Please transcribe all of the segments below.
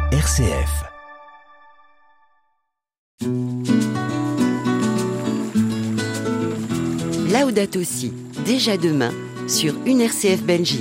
RCF. Laudato Si, déjà demain, sur une RCF Belgique.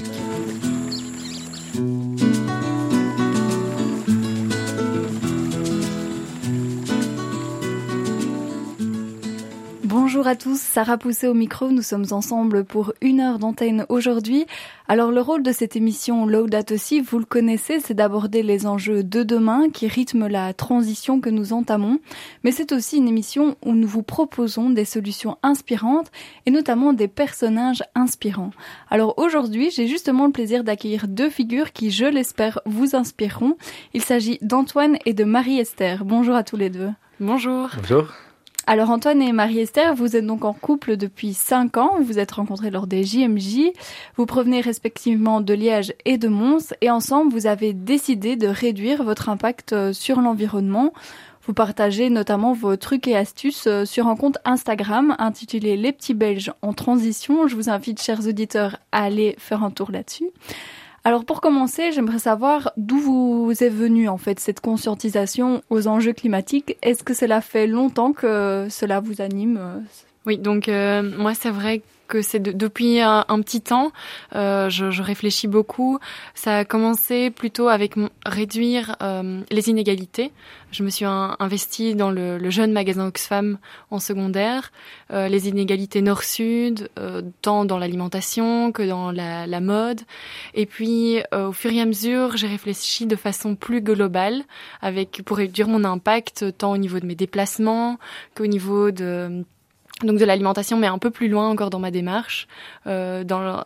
Bonjour à tous, Sarah Poussé au micro, nous sommes ensemble pour 1 heure d'antenne aujourd'hui. Alors le rôle de cette émission Laudato Si, vous le connaissez, c'est d'aborder les enjeux de demain qui rythment la transition que nous entamons. Mais c'est aussi une émission où nous vous proposons des solutions inspirantes et notamment des personnages inspirants. Alors aujourd'hui, j'ai justement le plaisir d'accueillir 2 figures qui, je l'espère, vous inspireront. Il s'agit d'Antoine et de Marie-Esther. Bonjour à tous les deux. Bonjour. Bonjour. Alors Antoine et Marie-Esther, vous êtes donc en couple depuis 5 ans, vous vous êtes rencontrés lors des JMJ, vous provenez respectivement de Liège et de Mons, et ensemble vous avez décidé de réduire votre impact sur l'environnement. Vous partagez notamment vos trucs et astuces sur un compte Instagram intitulé Les Petits Belges en transition. Je vous invite, chers auditeurs, à aller faire un tour là-dessus. Alors pour commencer, j'aimerais savoir d'où vous est venue en fait cette conscientisation aux enjeux climatiques. Est-ce que cela fait longtemps que cela vous anime ? Oui, donc moi c'est vrai que c'est depuis un petit temps, je réfléchis beaucoup. Ça a commencé plutôt avec réduire les inégalités. Je me suis investie dans le jeune magasin Oxfam en secondaire. Les inégalités nord-sud, tant dans l'alimentation que dans la mode. Et puis, au fur et à mesure, j'ai réfléchi de façon plus globale pour réduire mon impact, tant au niveau de mes déplacements qu'au niveau de l'alimentation, mais un peu plus loin encore dans ma démarche. De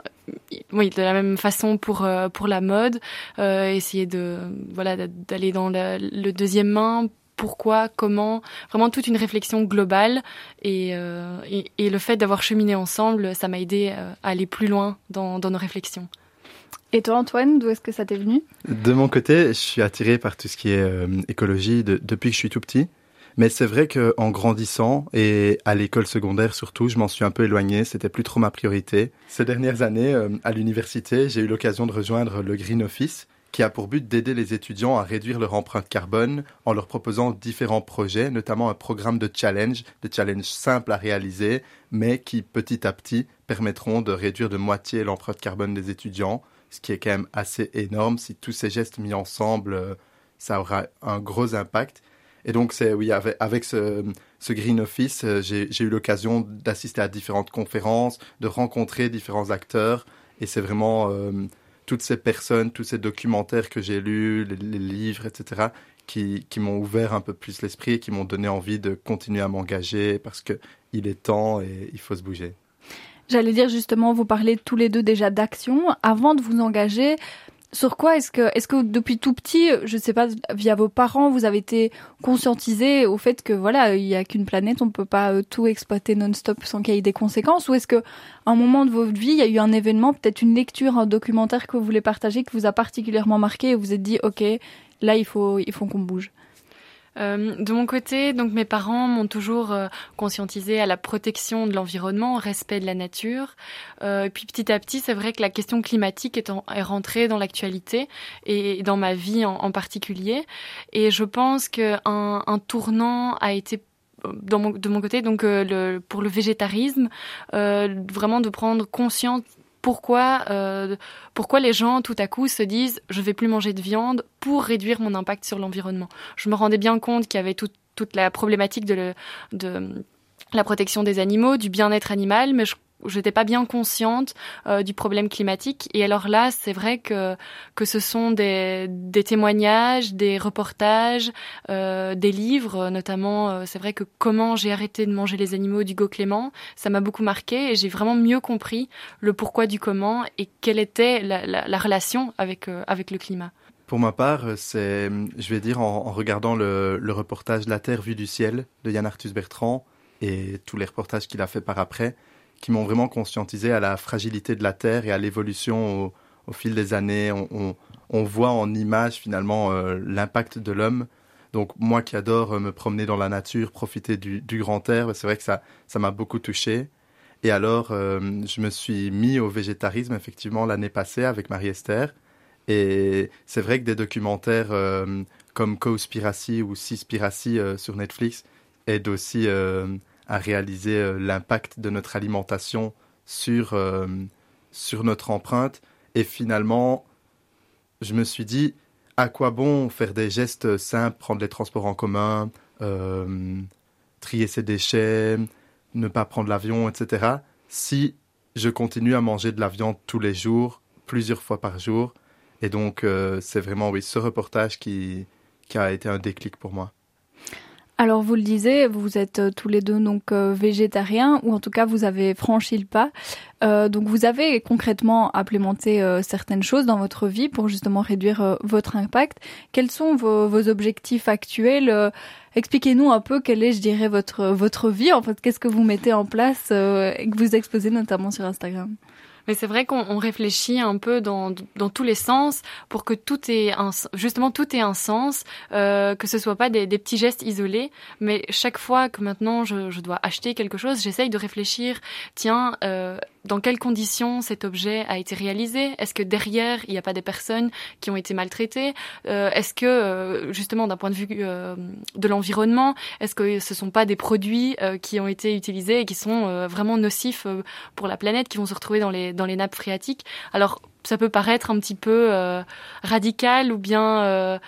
la même façon pour la mode, essayer d'aller dans le deuxième main. Pourquoi, comment, vraiment toute une réflexion globale et le fait d'avoir cheminé ensemble, ça m'a aidé à aller plus loin dans nos réflexions. Et toi Antoine, d'où est-ce que ça t'est venu ? De mon côté, je suis attiré par tout ce qui est écologie depuis que je suis tout petit. Mais c'est vrai qu'en grandissant, et à l'école secondaire surtout, je m'en suis un peu éloigné, c'était plus trop ma priorité. Ces dernières années, à l'université, j'ai eu l'occasion de rejoindre le Green Office, qui a pour but d'aider les étudiants à réduire leur empreinte carbone en leur proposant différents projets, notamment un programme de challenge simples à réaliser, mais qui petit à petit permettront de réduire de moitié l'empreinte carbone des étudiants, ce qui est quand même assez énorme. Si tous ces gestes mis ensemble, ça aura un gros impact. Et donc, avec ce Green Office, j'ai eu l'occasion d'assister à différentes conférences, de rencontrer différents acteurs. Et c'est vraiment toutes ces personnes, tous ces documentaires que j'ai lus, les livres, etc., qui m'ont ouvert un peu plus l'esprit et qui m'ont donné envie de continuer à m'engager parce qu'il est temps et il faut se bouger. J'allais dire justement, vous parlez tous les deux déjà d'action. Avant de vous engager, sur quoi est-ce que depuis tout petit, je sais pas, via vos parents, vous avez été conscientisés au fait que voilà, il y a qu'une planète, on peut pas tout exploiter non-stop sans qu'il y ait des conséquences, ou est-ce que à un moment de votre vie, il y a eu un événement, peut-être une lecture, un documentaire que vous voulez partager, qui vous a particulièrement marqué et vous vous êtes dit OK, là il faut qu'on bouge. De mon côté, donc mes parents m'ont toujours conscientisée à la protection de l'environnement, au respect de la nature. Et puis petit à petit, c'est vrai que la question climatique est rentrée dans l'actualité et dans ma vie en particulier. Et je pense qu'un tournant a été de mon côté, donc pour le végétarisme, vraiment de prendre conscience. Pourquoi les gens tout à coup se disent je vais plus manger de viande pour réduire mon impact sur l'environnement. Je me rendais bien compte qu'il y avait toute la problématique de la protection des animaux, du bien-être animal, mais je n'étais pas bien consciente du problème climatique. Et alors là, c'est vrai que ce sont des témoignages, des reportages, des livres, notamment. C'est vrai que Comment j'ai arrêté de manger les animaux d'Hugo Clément, ça m'a beaucoup marqué et j'ai vraiment mieux compris le pourquoi du comment et quelle était la relation avec le climat. Pour ma part, c'est, je vais dire, en regardant le reportage La Terre vue du ciel de Yann Arthus Bertrand et tous les reportages qu'il a fait par après, qui m'ont vraiment conscientisé à la fragilité de la Terre et à l'évolution au fil des années. On voit en images finalement l'impact de l'homme. Donc moi qui adore me promener dans la nature, profiter du grand air, c'est vrai que ça m'a beaucoup touché. Et alors je me suis mis au végétarisme effectivement l'année passée avec Marie-Esther. Et c'est vrai que des documentaires comme Cowspiracy ou Seaspiracy sur Netflix aident aussi à réaliser l'impact de notre alimentation sur notre empreinte. Et finalement, je me suis dit, à quoi bon faire des gestes simples, prendre les transports en commun, trier ses déchets, ne pas prendre l'avion, etc. si je continue à manger de la viande tous les jours, plusieurs fois par jour. Et donc, c'est vraiment ce reportage qui a été un déclic pour moi. Alors, vous le disiez, vous êtes tous les deux donc végétariens, ou en tout cas, vous avez franchi le pas. Donc, vous avez concrètement implémenté certaines choses dans votre vie pour justement réduire votre impact. Quels sont vos objectifs actuels ? Expliquez-nous un peu quelle est, je dirais, votre vie. En fait, qu'est-ce que vous mettez en place et que vous exposez notamment sur Instagram ? Mais c'est vrai qu'on réfléchit un peu dans tous les sens pour que tout ait un sens, que ce soit pas des petits gestes isolés, mais chaque fois que maintenant je dois acheter quelque chose, j'essaye de réfléchir, tiens, dans quelles conditions cet objet a été réalisé? Est-ce que derrière, il n'y a pas des personnes qui ont été maltraitées? Est-ce que, justement, d'un point de vue de l'environnement, est-ce que ce sont pas des produits qui ont été utilisés et qui sont vraiment nocifs pour la planète, qui vont se retrouver dans les nappes phréatiques? Alors, ça peut paraître un petit peu radical ou bien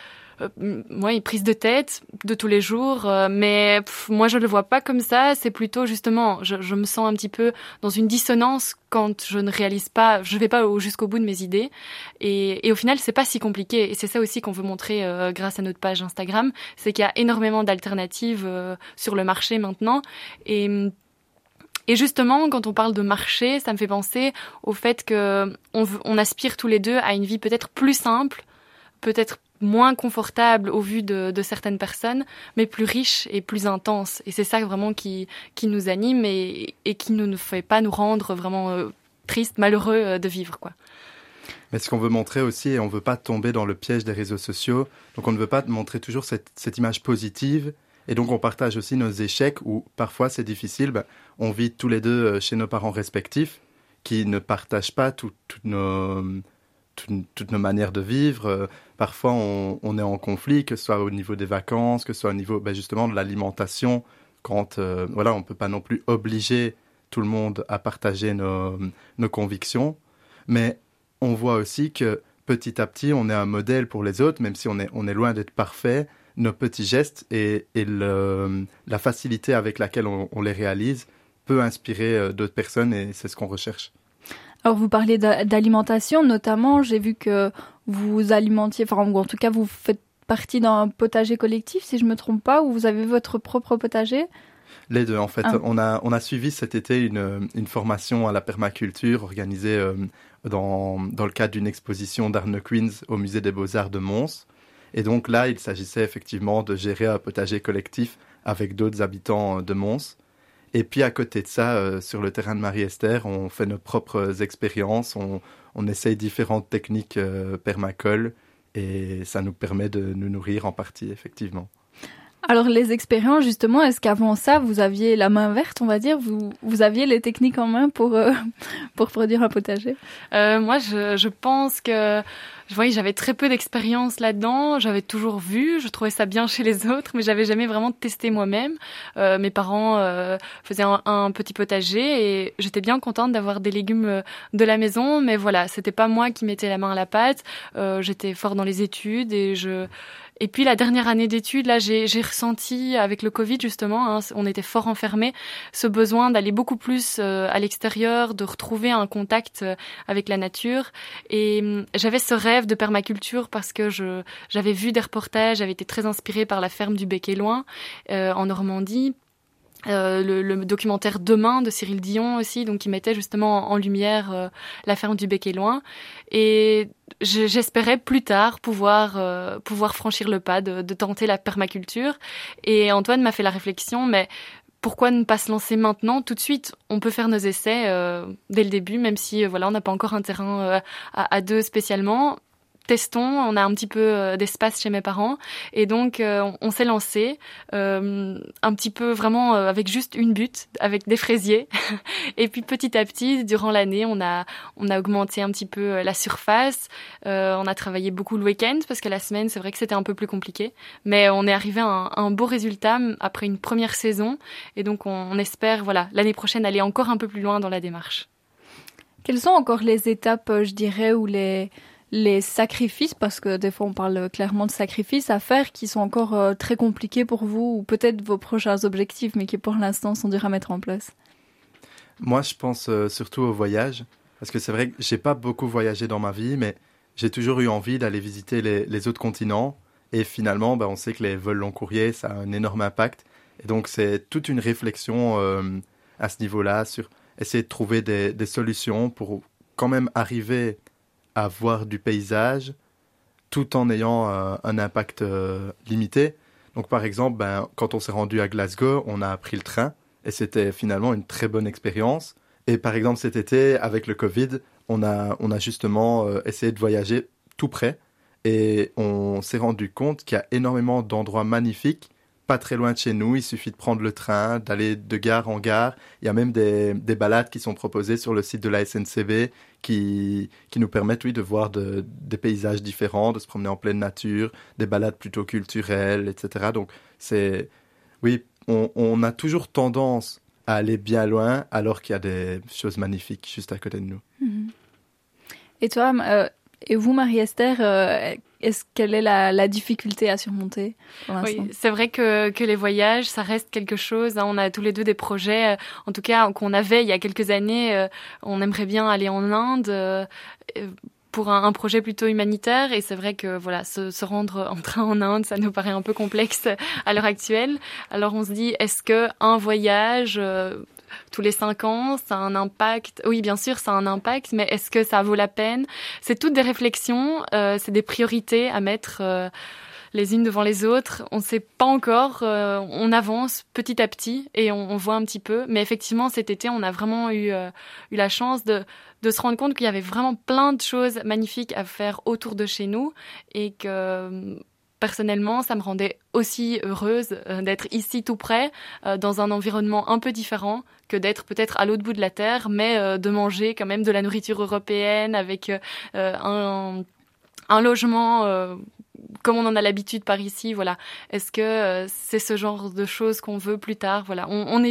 prise de tête de tous les jours, mais moi je le vois pas comme ça. C'est plutôt justement, je me sens un petit peu dans une dissonance quand je ne réalise pas, je vais pas jusqu'au bout de mes idées, et au final c'est pas si compliqué, et c'est ça aussi qu'on veut montrer grâce à notre page Instagram, c'est qu'il y a énormément d'alternatives sur le marché maintenant, et justement, quand on parle de marché, ça me fait penser au fait que on aspire tous les deux à une vie peut-être plus simple, peut-être moins confortable au vu de certaines personnes, mais plus riche et plus intense. Et c'est ça vraiment qui nous anime et qui ne nous fait pas nous rendre vraiment tristes, malheureux de vivre, quoi. Mais ce qu'on veut montrer aussi, et on ne veut pas tomber dans le piège des réseaux sociaux, donc on ne veut pas montrer toujours cette image positive, et donc on partage aussi nos échecs où parfois c'est difficile. On vit tous les deux chez nos parents respectifs qui ne partagent pas toutes nos manières de vivre. Parfois, on est en conflit, que ce soit au niveau des vacances, que ce soit au niveau justement de l'alimentation. Quand on ne peut pas non plus obliger tout le monde à partager nos convictions. Mais on voit aussi que petit à petit, on est un modèle pour les autres, même si on est loin d'être parfait. Nos petits gestes et la facilité avec laquelle on les réalise peut inspirer d'autres personnes, et c'est ce qu'on recherche. Alors, vous parlez d'alimentation, notamment, j'ai vu que vous alimentiez, ou en tout cas, vous faites partie d'un potager collectif, si je me trompe pas, ou vous avez votre propre potager? Les deux, en fait. Ah. On a suivi cet été une formation à la permaculture organisée dans le cadre d'une exposition d'Arne Queens au Musée des Beaux-Arts de Mons. Et donc là, il s'agissait effectivement de gérer un potager collectif avec d'autres habitants de Mons. Et puis à côté de ça, sur le terrain de Marie-Esther, on fait nos propres expériences, on essaye différentes techniques permacoles, et ça nous permet de nous nourrir en partie, effectivement. Alors les expériences, justement, est-ce qu'avant ça, vous aviez la main verte, on va dire, vous aviez les techniques en main pour produire un potager? Moi, je pense que j'avais très peu d'expérience là-dedans. J'avais toujours vu, je trouvais ça bien chez les autres, mais j'avais jamais vraiment testé moi-même. Mes parents faisaient un petit potager et j'étais bien contente d'avoir des légumes de la maison, mais voilà, c'était pas moi qui mettais la main à la pâte. J'étais fort dans les études et puis la dernière année d'études, là, j'ai ressenti avec le Covid justement, on était fort enfermés, ce besoin d'aller beaucoup plus à l'extérieur, de retrouver un contact avec la nature. Et j'avais ce rêve de permaculture parce que j'avais vu des reportages, j'avais été très inspirée par la ferme du Bec et Loing en Normandie. Le documentaire Demain de Cyril Dion aussi, donc qui mettait justement en lumière la ferme du Bec et Loing, et j'espérais plus tard pouvoir franchir le pas de tenter la permaculture. Et Antoine m'a fait la réflexion, mais pourquoi ne pas se lancer maintenant, tout de suite? On peut faire nos essais dès le début, même si on n'a pas encore un terrain à deux spécialement. testons, on a un petit peu d'espace chez mes parents et donc on s'est lancé un petit peu vraiment avec juste une butte, avec des fraisiers et puis petit à petit durant l'année on a augmenté un petit peu la surface, on a travaillé beaucoup le week-end parce que la semaine c'est vrai que c'était un peu plus compliqué, mais on est arrivé à un beau résultat après une première saison et donc on espère l'année prochaine aller encore un peu plus loin dans la démarche. Quelles sont encore les étapes, je dirais, ou les sacrifices, parce que des fois on parle clairement de sacrifices à faire qui sont encore très compliqués pour vous, ou peut-être vos prochains objectifs, mais qui pour l'instant sont durs à mettre en place? Moi, je pense surtout au voyage, parce que c'est vrai que j'ai pas beaucoup voyagé dans ma vie, mais j'ai toujours eu envie d'aller visiter les autres continents. Et finalement, on sait que les vols long courrier, ça a un énorme impact. Et donc, c'est toute une réflexion à ce niveau-là sur essayer de trouver des solutions pour quand même arriver à voir du paysage tout en ayant un impact limité. Donc par exemple, quand on s'est rendu à Glasgow, on a pris le train et c'était finalement une très bonne expérience. Et par exemple cet été, avec le Covid, on a justement essayé de voyager tout près et on s'est rendu compte qu'il y a énormément d'endroits magnifiques pas très loin de chez nous, il suffit de prendre le train, d'aller de gare en gare. Il y a même des balades qui sont proposées sur le site de la SNCB qui nous permettent de voir des paysages différents, de se promener en pleine nature, des balades plutôt culturelles, etc. Donc on a toujours tendance à aller bien loin alors qu'il y a des choses magnifiques juste à côté de nous. Et toi, et vous, Marie-Esther, quelle est la difficulté à surmonter pour l'instant? Oui, c'est vrai que les voyages, ça reste quelque chose. On a tous les deux des projets, en tout cas qu'on avait il y a quelques années. On aimerait bien aller en Inde pour un projet plutôt humanitaire. Et c'est vrai que se rendre en train en Inde, ça nous paraît un peu complexe à l'heure actuelle. Alors on se dit, est-ce que un voyage tous les 5 ans, ça a un impact. Oui, bien sûr, ça a un impact, mais est-ce que ça vaut la peine? C'est toutes des réflexions, c'est des priorités à mettre les unes devant les autres. On ne sait pas encore, on avance petit à petit et on voit un petit peu. Mais effectivement, cet été, on a vraiment eu la chance de se rendre compte qu'il y avait vraiment plein de choses magnifiques à faire autour de chez nous et que personnellement, ça me rendait aussi heureuse d'être ici tout près, dans un environnement un peu différent que d'être peut-être à l'autre bout de la terre, mais de manger quand même de la nourriture européenne avec un logement comme on en a l'habitude par ici. Voilà. Est-ce que c'est ce genre de choses qu'on veut plus tard? Voilà.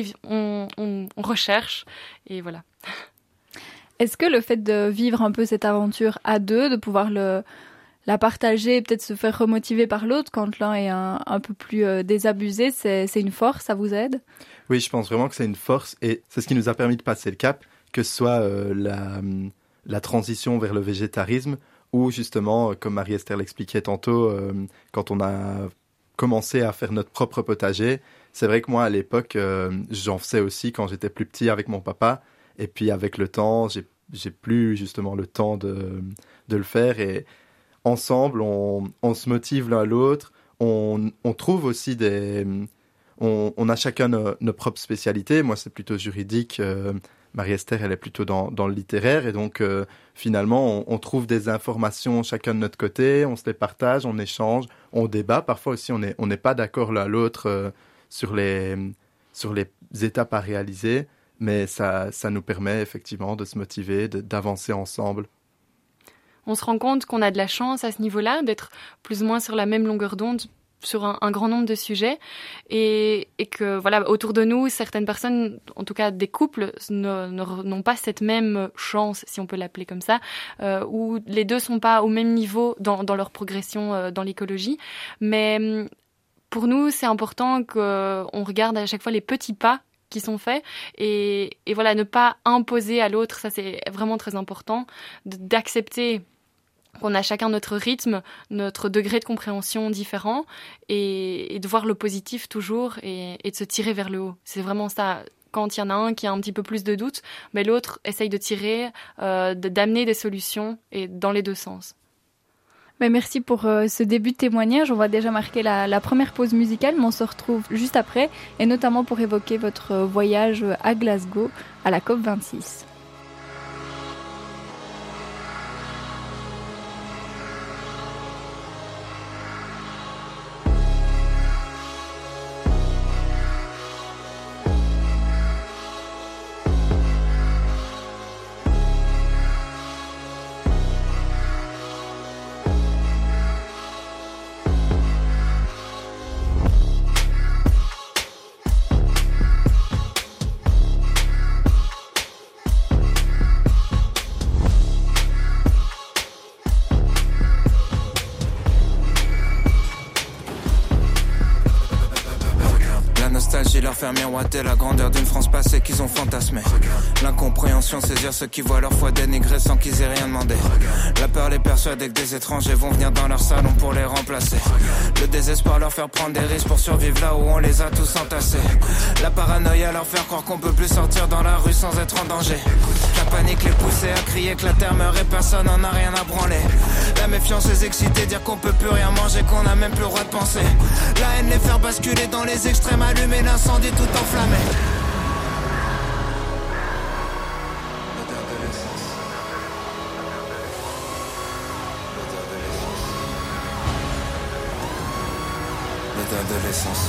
On recherche et voilà. Est-ce que le fait de vivre un peu cette aventure à deux, de pouvoir la partager et peut-être se faire remotiver par l'autre quand l'un est un peu plus désabusé, c'est une force, ça vous aide? Oui, je pense vraiment que c'est une force et c'est ce qui nous a permis de passer le cap, que ce soit la transition vers le végétarisme ou justement, comme Marie-Esther l'expliquait tantôt, quand on a commencé à faire notre propre potager. C'est vrai que moi, à l'époque, j'en faisais aussi quand j'étais plus petit avec mon papa et puis avec le temps, j'ai plus justement le temps de le faire et ensemble, on se motive l'un à l'autre. On trouve aussi on a chacun nos propres spécialités. Moi, c'est plutôt juridique. Marie-Esther, elle est plutôt dans le littéraire. Et donc, finalement, on trouve des informations chacun de notre côté. On se les partage, on échange, on débat. Parfois aussi, on n'est pas d'accord l'un à l'autre sur les étapes à réaliser. Mais ça nous permet effectivement de se motiver, d'avancer ensemble. On se rend compte qu'on a de la chance à ce niveau-là, d'être plus ou moins sur la même longueur d'onde sur un grand nombre de sujets et que autour de nous, certaines personnes, en tout cas des couples, n'ont pas cette même chance, si on peut l'appeler comme ça, où les deux sont pas au même niveau dans leur progression dans l'écologie. Mais pour nous, c'est important qu'on regarde à chaque fois les petits pas qui sont faits et ne pas imposer à l'autre, ça c'est vraiment très important, d'accepter qu'on a chacun notre rythme, notre degré de compréhension différent et de voir le positif toujours et de se tirer vers le haut. C'est vraiment ça. Quand il y en a un qui a un petit peu plus de doute, mais l'autre essaye de tirer, d'amener des solutions et dans les deux sens. Merci pour ce début de témoignage. On va déjà marquer la première pause musicale, mais on se retrouve juste après, et notamment pour évoquer votre voyage à Glasgow, à la COP26. parti leur faire miroiter la grandeur d'une France passée qu'ils ont fantasmée. L'incompréhension, saisir ceux qui voient leur foi dénigrée sans qu'ils aient rien demandé. La peur les persuader que des étrangers vont venir dans leur salon pour les remplacer. Le désespoir leur faire prendre des risques pour survivre là où on les a tous entassés. La paranoïa leur faire croire qu'on peut plus sortir dans la rue sans être en danger. La panique les pousser à crier que la terre meurt et personne n'en a rien à branler. La méfiance les exciter, dire qu'on peut plus rien manger, qu'on a même plus le droit de penser. La haine les faire basculer dans les extrêmes, allumer l'incendie tout enflammé. L'odeur de l'essence. L'odeur de l'essence.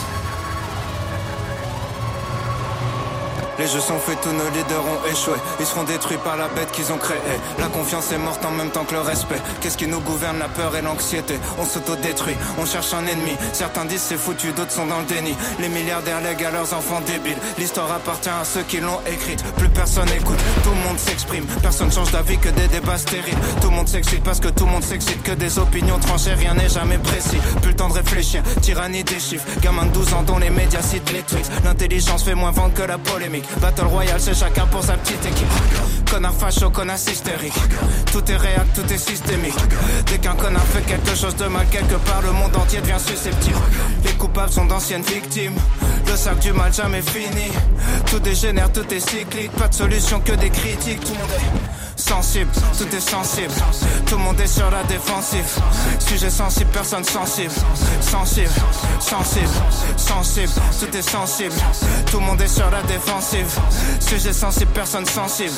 Les jeux sont faits, tous nos leaders ont échoué. Ils seront détruits par la bête qu'ils ont créée. La confiance est morte en même temps que le respect. Qu'est-ce qui nous gouverne? La peur et l'anxiété. On s'autodétruit, on cherche un ennemi. Certains disent c'est foutu, d'autres sont dans le déni. Les milliardaires lèguent à leurs enfants débiles. L'histoire appartient à ceux qui l'ont écrite. Plus personne écoute, tout le monde s'exprime. Personne change d'avis, que des débats stériles. Tout le monde s'excite parce que tout le monde s'excite. Que des opinions tranchées, rien n'est jamais précis. Plus le temps de réfléchir, tyrannie des chiffres. Gamin de 12 ans dont les médias citent les tweets. L'intelligence fait moins vendre que la polémique. Battle Royale, c'est chacun pour sa petite équipe. Connard facho, connard hystérique. Tout est réel, tout est systémique. Dès qu'un connard fait quelque chose de mal quelque part, le monde entier devient susceptible. Les coupables sont d'anciennes victimes. Le sac du mal jamais fini. Tout dégénère, tout est cyclique. Pas de solution que des critiques. Tout le monde est sensible, tout est sensible. Tout le monde est sur la défensive. Sujet sensible, personne sensible. Sensible, sensible, sensible. Tout est sensible. Tout le monde est sur la défensive. Sujet sensible, personne sensible.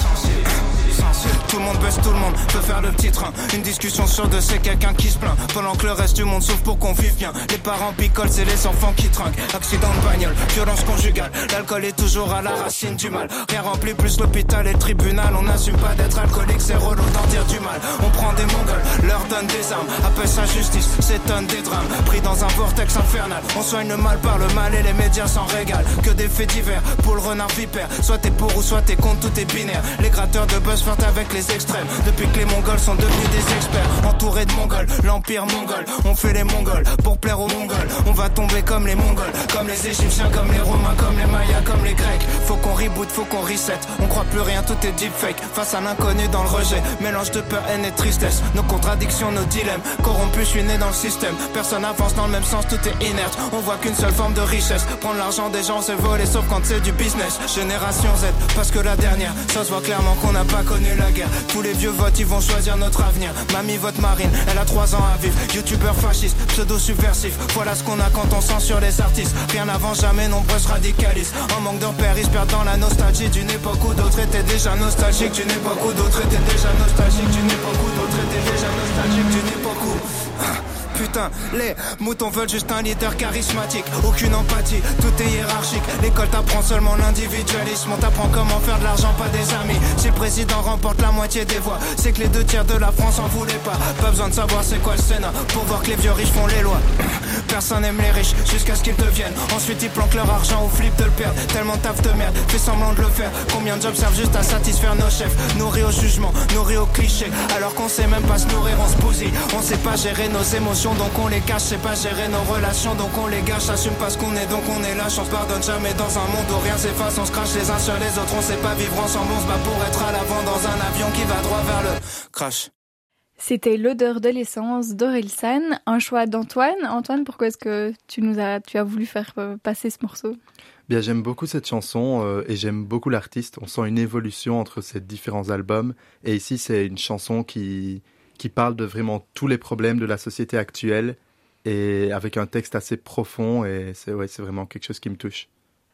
Tout le monde baisse, tout le monde peut faire le petit train. Une discussion sur deux, c'est quelqu'un qui se plaint. Pendant que le reste du monde souffre pour qu'on vive bien. Les parents picolent, c'est les enfants qui trinquent. Accident de bagnole, violence conjugale. L'alcool est toujours à la racine du mal. Rien remplit plus l'hôpital et le tribunal. On n'assume pas d'être alcoolique, c'est relou d'en dire du mal. On prend des mongols, leur donne des armes. Appelle ça justice, s'étonne des drames. Pris dans un vortex infernal. On soigne le mal par le mal et les médias s'en régalent. Que des faits divers, pour le renard vipère. Soit t'es pour ou soit t'es contre, tout est binaire. Les gratteurs de buzz flirtent avec les extrêmes. Depuis que les Mongols sont devenus des experts. Entourés de Mongols, l'empire mongol. On fait les Mongols pour plaire aux Mongols. On va tomber comme les Mongols, comme les Égyptiens, comme les Romains, comme les Mayas, comme les Grecs. Faut qu'on reboot, faut qu'on reset. On croit plus rien, tout est deepfake. Face à l'inconnu dans le rejet, mélange de peur, haine et tristesse. Nos contradictions, nos dilemmes. Corrompus, je suis né dans le système. Personne avance dans le même sens, tout est inerte. On voit qu'une seule forme de richesse. Prendre l'argent des gens, c'est voler, sauf quand c'est du business. Génération Z, parce que la dernière, ça se voit clairement qu'on n'a pas connu la guerre. Tous les vieux votent, ils vont choisir notre avenir. Mamie vote Marine, elle a 3 ans à vivre. Youtubeur fasciste, pseudo-subversif. Voilà ce qu'on a quand on censure les artistes. Rien n'avance jamais, nombreux se radicalisent. En manque de repères, ils se perdent dans la nostalgie d'une époque où d'autres étaient déjà nostalgiques. D'une époque où d'autres étaient déjà nostalgiques. D'une époque où d'autres étaient déjà nostalgiques. D'une époque où... Putain, les moutons veulent juste un leader charismatique. Aucune empathie, tout est hiérarchique. L'école t'apprend seulement l'individualisme. On t'apprend comment faire de l'argent, pas des amis. Si le président remporte la moitié des voix, c'est que les 2/3 de la France en voulaient pas. Pas besoin de savoir c'est quoi le Sénat pour voir que les vieux riches font les lois. Personne n'aime les riches jusqu'à ce qu'ils deviennent. Ensuite ils planquent leur argent ou flippent de le perdre. Tellement taf de merde, fait semblant de le faire. Combien de jobs servent juste à satisfaire nos chefs? Nourris au jugement, nourris au cliché. Alors qu'on sait même pas se nourrir, on se bousille. On sait pas gérer nos émotions, donc on les cache. C'est pas gérer nos relations, donc on les gâche. Assume pas ce qu'on est, donc on est lâche. On se pardonne jamais dans un monde où rien s'efface. On se crache les uns sur les autres, on sait pas vivre ensemble. On se bat pour être à l'avant dans un avion qui va droit vers le crash. C'était L'odeur de l'essence d'Orelsan, un choix d'Antoine. Antoine, pourquoi est-ce que tu as voulu faire passer ce morceau? Bien, j'aime beaucoup cette chanson et j'aime beaucoup l'artiste. On sent une évolution entre ces différents albums. Et ici, c'est une chanson qui parle de vraiment tous les problèmes de la société actuelle et avec un texte assez profond. Et c'est vraiment quelque chose qui me touche.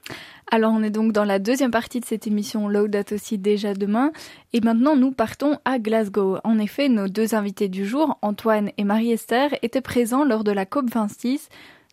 Alors on est donc dans la deuxième partie de cette émission Laudato Si déjà demain et maintenant nous partons à Glasgow. En effet, nos 2 invités du jour, Antoine et Marie-Esther, étaient présents lors de la COP26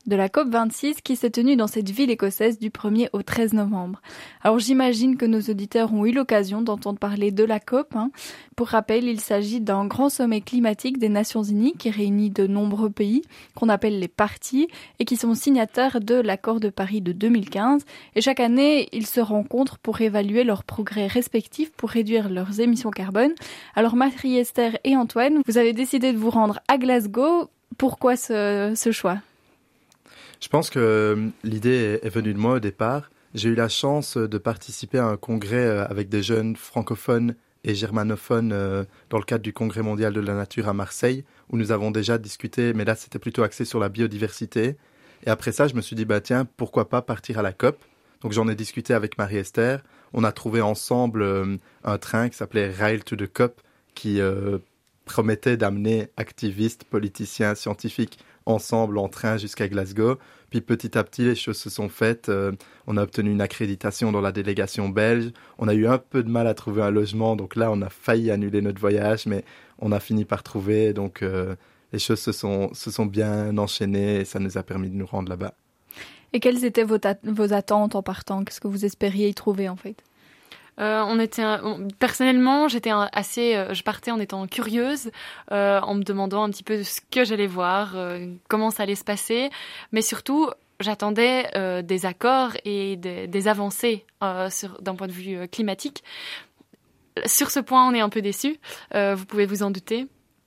qui s'est tenue dans cette ville écossaise du 1er au 13 novembre. Alors j'imagine que nos auditeurs ont eu l'occasion d'entendre parler de la COP. Pour rappel, il s'agit d'un grand sommet climatique des Nations Unies qui réunit de nombreux pays, qu'on appelle les parties, et qui sont signataires de l'accord de Paris de 2015. Et chaque année, ils se rencontrent pour évaluer leurs progrès respectifs pour réduire leurs émissions carbone. Alors Marie-Esther et Antoine, vous avez décidé de vous rendre à Glasgow. Pourquoi ce choix ? Je pense que l'idée est venue de moi au départ. J'ai eu la chance de participer à un congrès avec des jeunes francophones et germanophones dans le cadre du Congrès mondial de la nature à Marseille, où nous avons déjà discuté, mais là c'était plutôt axé sur la biodiversité. Et après ça, je me suis dit, tiens, pourquoi pas partir à la COP. Donc j'en ai discuté avec Marie-Esther. On a trouvé ensemble un train qui s'appelait Rail to the COP, qui promettait d'amener activistes, politiciens, scientifiques ensemble en train jusqu'à Glasgow. Puis petit à petit, les choses se sont faites. On a obtenu une accréditation dans la délégation belge. On a eu un peu de mal à trouver un logement. Donc là, on a failli annuler notre voyage, mais on a fini par trouver. Donc les choses se sont bien enchaînées et ça nous a permis de nous rendre là-bas. Et quelles étaient vos attentes en partant? Qu'est-ce que vous espériez y trouver en fait? Personnellement, je partais en étant curieuse, en me demandant un petit peu ce que j'allais voir, comment ça allait se passer, mais surtout, j'attendais des accords et des avancées d'un point de vue climatique. Sur ce point, on est un peu déçus, vous pouvez vous en douter.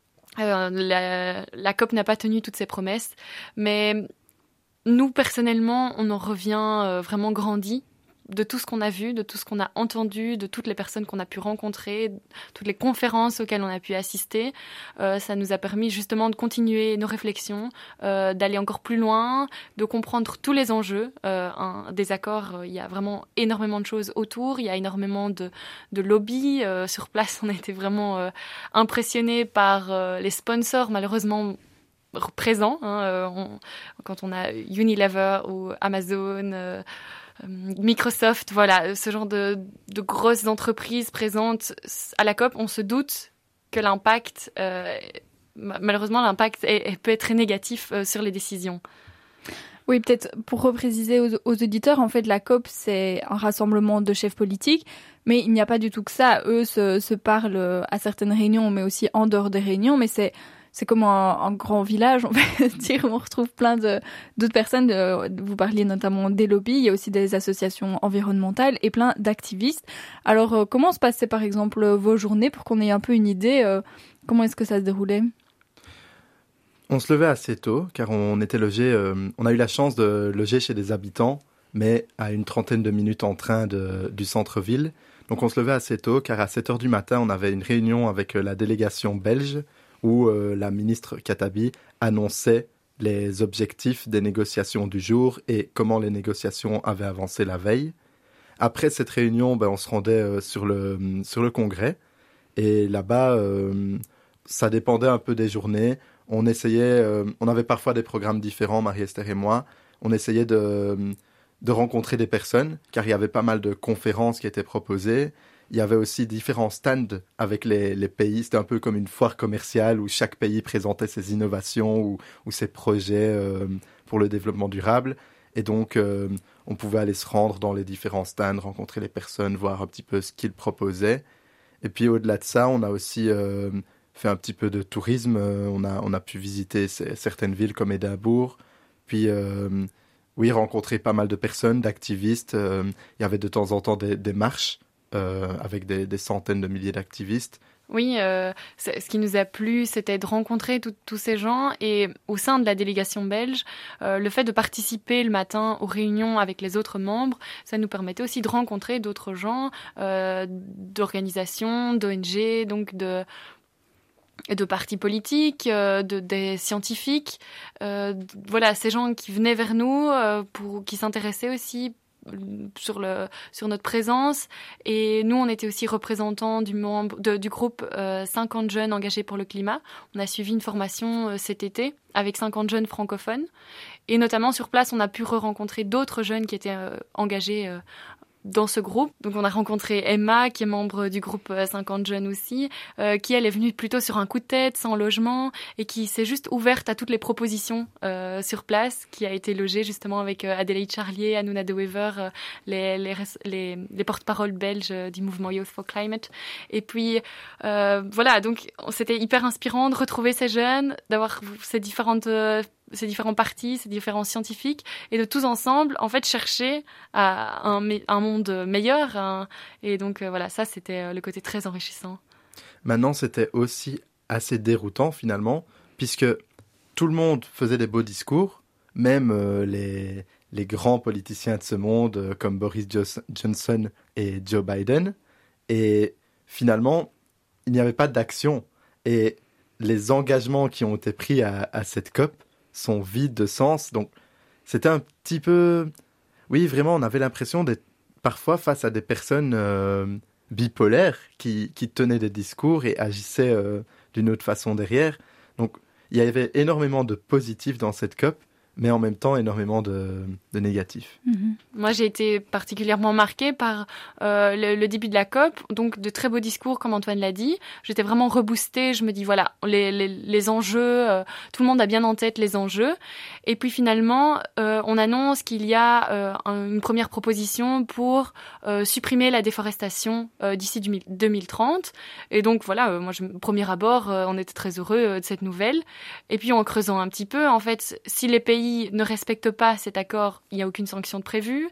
La COP n'a pas tenu toutes ses promesses, mais nous, personnellement, on en revient vraiment grandi de tout ce qu'on a vu, de tout ce qu'on a entendu, de toutes les personnes qu'on a pu rencontrer, toutes les conférences auxquelles on a pu assister. Ça nous a permis justement de continuer nos réflexions, d'aller encore plus loin, de comprendre tous les enjeux des accords. Il y a vraiment énormément de choses autour, il y a énormément de lobbies. Sur place, on a été vraiment impressionnés par les sponsors, malheureusement présents. Quand on a Unilever ou Amazon... Microsoft, voilà, ce genre de grosses entreprises présentes à la COP, on se doute que l'impact, malheureusement, l'impact peut être très négatif sur les décisions. Oui, peut-être pour repréciser aux auditeurs, en fait, la COP, c'est un rassemblement de chefs politiques, mais il n'y a pas du tout que ça. Eux se parlent à certaines réunions, mais aussi en dehors des réunions, mais c'est comme un grand village, on va dire, où on retrouve plein d'autres personnes. Vous parliez notamment des lobbies, il y a aussi des associations environnementales et plein d'activistes. Alors, comment se passaient par exemple vos journées pour qu'on ait un peu une idée comment est-ce que ça se déroulait? On se levait assez tôt, car on était logé, on a eu la chance de loger chez des habitants, mais à une 30aine de minutes en train du centre-ville. Donc on se levait assez tôt, car à 7h du matin, on avait une réunion avec la délégation belge, où la ministre Khattabi annonçait les objectifs des négociations du jour et comment les négociations avaient avancé la veille. Après cette réunion, on se rendait sur le congrès. Et là-bas, ça dépendait un peu des journées. On essayait, on avait parfois des programmes différents, Marie-Esther et moi. On essayait de rencontrer des personnes, car il y avait pas mal de conférences qui étaient proposées. Il y avait aussi différents stands avec les pays. C'était un peu comme une foire commerciale où chaque pays présentait ses innovations ou ses projets pour le développement durable. Et donc, on pouvait aller se rendre dans les différents stands, rencontrer les personnes, voir un petit peu ce qu'ils proposaient. Et puis, au-delà de ça, on a aussi fait un petit peu de tourisme. On a pu visiter certaines villes comme Édimbourg. Puis, oui, rencontrer pas mal de personnes, d'activistes. Il y avait de temps en temps des marches. Avec des centaines de milliers d'activistes. Oui, ce qui nous a plu, c'était de rencontrer tous ces gens et au sein de la délégation belge, le fait de participer le matin aux réunions avec les autres membres, ça nous permettait aussi de rencontrer d'autres gens, d'organisations, d'ONG, donc de partis politiques, des scientifiques. Voilà, ces gens qui venaient vers nous, qui s'intéressaient aussi sur notre présence, et nous on était aussi représentants du groupe 50 jeunes engagés pour le climat. On a suivi une formation cet été avec 50 jeunes francophones, et notamment sur place on a pu rencontrer d'autres jeunes qui étaient engagés dans ce groupe. Donc on a rencontré Emma, qui est membre du groupe 50 jeunes aussi, qui elle est venue plutôt sur un coup de tête, sans logement, et qui s'est juste ouverte à toutes les propositions sur place, qui a été logée justement avec Adélaïde Charlier, Hanouna de Wever, les porte-paroles belges du mouvement Youth for Climate. Et puis voilà, donc c'était hyper inspirant de retrouver ces jeunes, d'avoir ces différents partis, ces différents scientifiques, et de tous ensemble, en fait, chercher à un monde meilleur. Et donc, voilà, ça, c'était le côté très enrichissant. Maintenant, c'était aussi assez déroutant, finalement, puisque tout le monde faisait des beaux discours, même les grands politiciens de ce monde comme Boris Johnson et Joe Biden. Et finalement, il n'y avait pas d'action. Et les engagements qui ont été pris à cette COP sont vides de sens. Donc, c'était un petit peu... Oui, vraiment, on avait l'impression d'être parfois face à des personnes bipolaires qui tenaient des discours et agissaient d'une autre façon derrière. Donc, il y avait énormément de positifs dans cette COP, mais en même temps énormément de négatifs. Mmh. Moi, j'ai été particulièrement marquée par le début de la COP, donc de très beaux discours, comme Antoine l'a dit. J'étais vraiment reboostée, je me dis, voilà, les enjeux, tout le monde a bien en tête les enjeux. Et puis finalement, on annonce qu'il y a une première proposition pour supprimer la déforestation d'ici 2030. Et donc voilà, moi, premier abord, on était très heureux de cette nouvelle. Et puis en creusant un petit peu, en fait, si les pays ne respectent pas cet accord, il n'y a aucune sanction de prévue.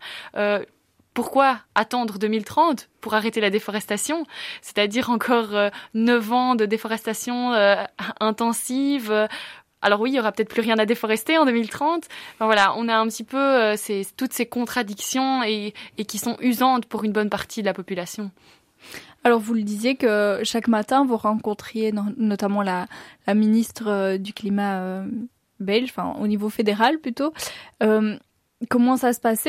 Pourquoi attendre 2030 pour arrêter la déforestation ? C'est-à-dire encore 9 ans de déforestation intensive. Alors oui, il y aura peut-être plus rien à déforester en 2030. Enfin, voilà, on a un petit peu toutes ces contradictions et qui sont usantes pour une bonne partie de la population. Alors vous le disiez que chaque matin vous rencontriez notamment la ministre du climat belge, enfin au niveau fédéral plutôt. Comment ça se passait ?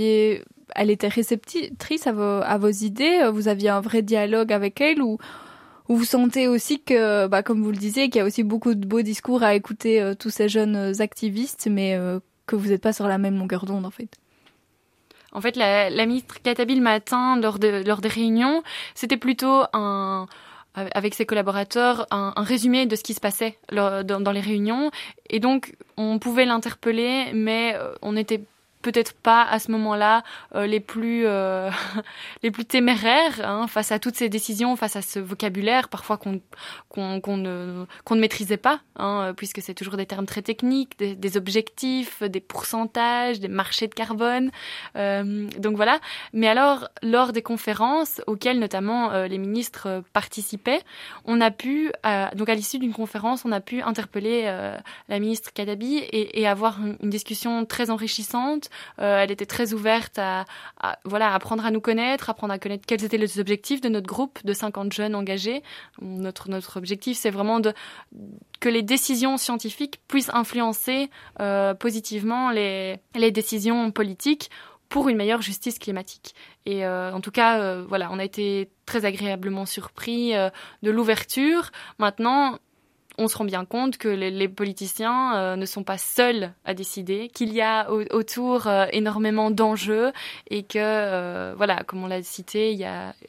Elle était réceptrice à vos idées ? Vous aviez un vrai dialogue avec elle ou vous sentez aussi que, comme vous le disiez, qu'il y a aussi beaucoup de beaux discours à écouter tous ces jeunes activistes, mais que vous n'êtes pas sur la même longueur d'onde en fait ? En fait, la ministre Khattabi le matin, lors des réunions, c'était plutôt avec ses collaborateurs, un résumé de ce qui se passait dans les réunions. Et donc, on pouvait l'interpeller, mais on n'était peut-être pas à ce moment-là les plus téméraires face à toutes ces décisions, face à ce vocabulaire parfois qu'on ne maîtrisait pas, puisque c'est toujours des termes très techniques, des objectifs, des pourcentages, des marchés de carbone. Donc voilà. Mais alors, lors des conférences auxquelles notamment les ministres participaient, on a pu, donc à l'issue d'une conférence, on a pu interpeller la ministre Khattabi et avoir une discussion très enrichissante. Elle était très ouverte à apprendre à nous connaître, apprendre à connaître quels étaient les objectifs de notre groupe de 50 jeunes engagés. Notre objectif, c'est vraiment que les décisions scientifiques puissent influencer positivement les décisions politiques pour une meilleure justice climatique. Et en tout cas, on a été très agréablement surpris de l'ouverture. Maintenant, on se rend bien compte que les politiciens ne sont pas seuls à décider, qu'il y a autour énormément d'enjeux et que, comme on l'a cité,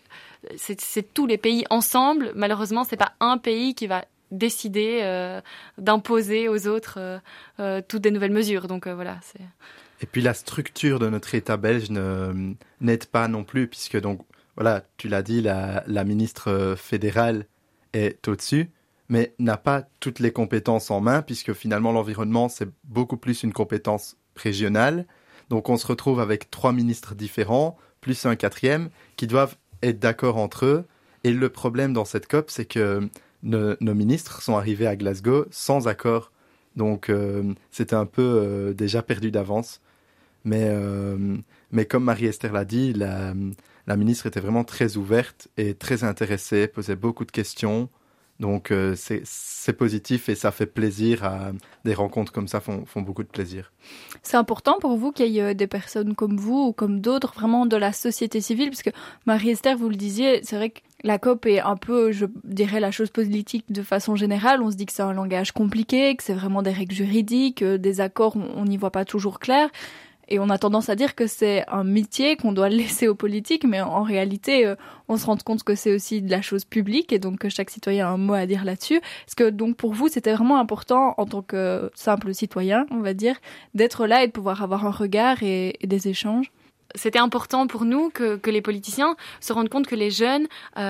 c'est tous les pays ensemble. Malheureusement, c'est pas un pays qui va décider d'imposer aux autres toutes des nouvelles mesures. Donc c'est... Et puis la structure de notre État belge n'aide pas non plus, puisque donc tu l'as dit, la ministre fédérale est au-dessus, mais n'a pas toutes les compétences en main, puisque finalement l'environnement, c'est beaucoup plus une compétence régionale. Donc on se retrouve avec 3 ministres différents, plus un 4e, qui doivent être d'accord entre eux. Et le problème dans cette COP, c'est que nos ministres sont arrivés à Glasgow sans accord. Donc c'était un peu déjà perdu d'avance. Mais comme Marie-Esther l'a dit, la ministre était vraiment très ouverte et très intéressée, posait beaucoup de questions. Donc c'est positif et ça fait plaisir. Des rencontres comme ça font beaucoup de plaisir. C'est important pour vous qu'il y ait des personnes comme vous ou comme d'autres, vraiment de la société civile, parce que Marie-Esther, vous le disiez, c'est vrai que la COP est un peu, je dirais, la chose politique de façon générale. On se dit que c'est un langage compliqué, que c'est vraiment des règles juridiques, des accords, on n'y voit pas toujours clair. Et on a tendance à dire que c'est un métier qu'on doit laisser aux politiques, mais en réalité, on se rend compte que c'est aussi de la chose publique et donc que chaque citoyen a un mot à dire là-dessus. Est-ce que donc pour vous, c'était vraiment important en tant que simple citoyen, on va dire, d'être là et de pouvoir avoir un regard et des échanges ? C'était important pour nous que les politiciens se rendent compte que les jeunes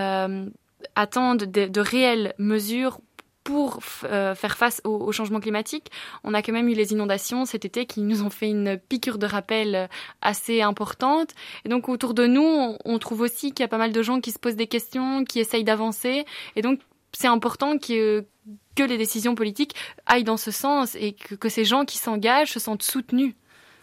attendent de réelles mesures pour faire face au changement climatique. On a quand même eu les inondations cet été qui nous ont fait une piqûre de rappel assez importante. Et donc autour de nous, on trouve aussi qu'il y a pas mal de gens qui se posent des questions, qui essayent d'avancer. Et donc c'est important que les décisions politiques aillent dans ce sens et que ces gens qui s'engagent se sentent soutenus.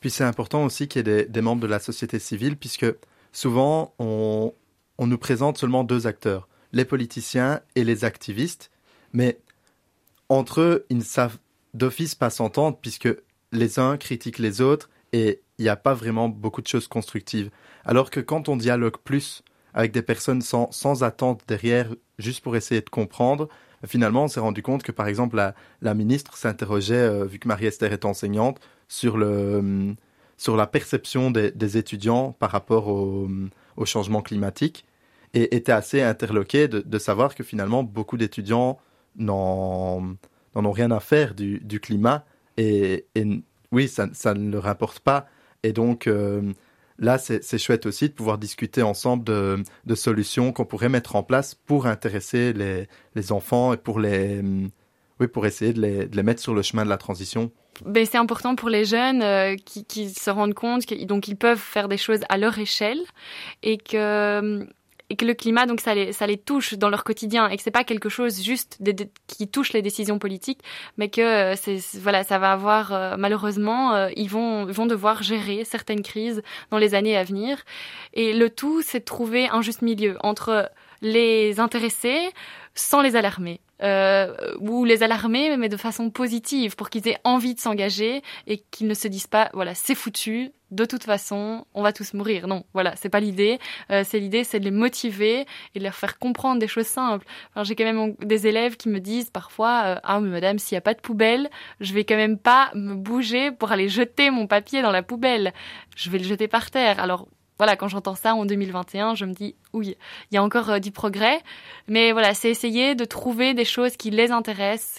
Puis c'est important aussi qu'il y ait des membres de la société civile, puisque souvent, on nous présente seulement 2 acteurs, les politiciens et les activistes, mais entre eux, ils ne savent d'office pas s'entendre, puisque les uns critiquent les autres, et il n'y a pas vraiment beaucoup de choses constructives. Alors que quand on dialogue plus avec des personnes sans attente derrière, juste pour essayer de comprendre, finalement, on s'est rendu compte que, par exemple, la ministre s'interrogeait, vu que Marie-Esther est enseignante, sur la perception des étudiants par rapport au changement climatique, et était assez interloquée de savoir que, finalement, beaucoup d'étudiants n'en ont rien à faire du climat, et oui, ça ne leur importe pas. Et donc, là, c'est chouette aussi de pouvoir discuter ensemble de solutions qu'on pourrait mettre en place pour intéresser les enfants et pour essayer de les mettre sur le chemin de la transition. Ben, c'est important pour les jeunes qui se rendent compte qu'ils peuvent faire des choses à leur échelle et que le climat, donc ça les touche dans leur quotidien et que c'est pas quelque chose juste qui touche les décisions politiques, mais que ça va avoir malheureusement ils vont devoir gérer certaines crises dans les années à venir. Et le tout, c'est de trouver un juste milieu entre les intéresser sans les alarmer. Ou les alarmer, mais de façon positive, pour qu'ils aient envie de s'engager et qu'ils ne se disent pas, voilà, c'est foutu, de toute façon, on va tous mourir. Non, voilà, c'est pas l'idée. L'idée, c'est de les motiver et de leur faire comprendre des choses simples. Alors, j'ai quand même des élèves qui me disent parfois, ah, mais madame, s'il n'y a pas de poubelle, je vais quand même pas me bouger pour aller jeter mon papier dans la poubelle. Je vais le jeter par terre. Alors, voilà, quand j'entends ça en 2021, je me dis, oui, il y a encore du progrès. Mais voilà, c'est essayer de trouver des choses qui les intéressent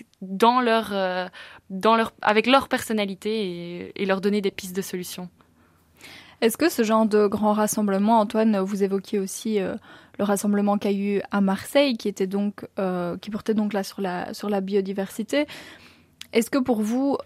avec leur personnalité et leur donner des pistes de solutions. Est-ce que ce genre de grand rassemblement, Antoine, vous évoquiez aussi le rassemblement qu'il y a eu à Marseille, qui portait donc là sur la biodiversité. Est-ce que pour vous,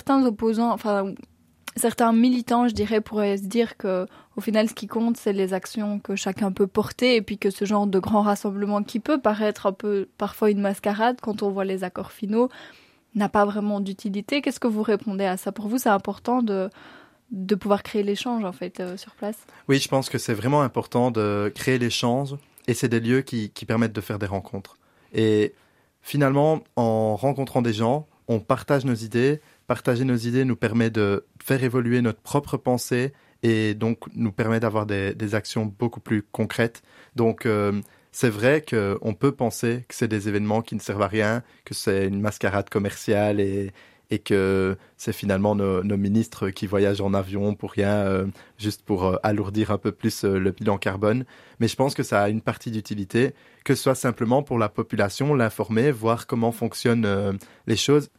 certains militants, je dirais, pourraient se dire que, au final, ce qui compte, c'est les actions que chacun peut porter, et puis que ce genre de grand rassemblement, qui peut paraître un peu parfois une mascarade quand on voit les accords finaux, n'a pas vraiment d'utilité. Qu'est-ce que vous répondez à ça? Pour vous, c'est important de pouvoir créer l'échange, en fait, sur place? Oui, je pense que c'est vraiment important de créer l'échange, et c'est des lieux qui permettent de faire des rencontres. Et finalement, en rencontrant des gens, on partage nos idées. Partager nos idées nous permet de faire évoluer notre propre pensée et donc nous permet d'avoir des actions beaucoup plus concrètes. Donc c'est vrai qu'on peut penser que c'est des événements qui ne servent à rien, que c'est une mascarade commerciale et que c'est finalement nos ministres qui voyagent en avion pour rien, juste pour alourdir un peu plus le bilan carbone. Mais je pense que ça a une partie d'utilité, que ce soit simplement pour la population, l'informer, voir comment fonctionnent les choses.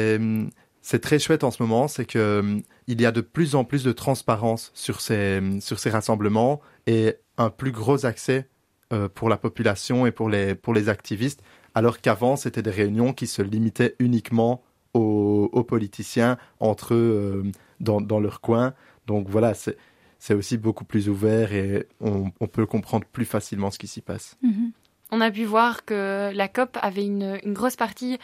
C'est très chouette en ce moment, c'est que il y a de plus en plus de transparence sur ces rassemblements et un plus gros accès pour la population et pour les activistes, alors qu'avant, c'était des réunions qui se limitaient uniquement aux politiciens entre eux dans leur coin. Donc voilà, c'est aussi beaucoup plus ouvert et on peut comprendre plus facilement ce qui s'y passe. Mm-hmm. On a pu voir que la COP avait une grosse partie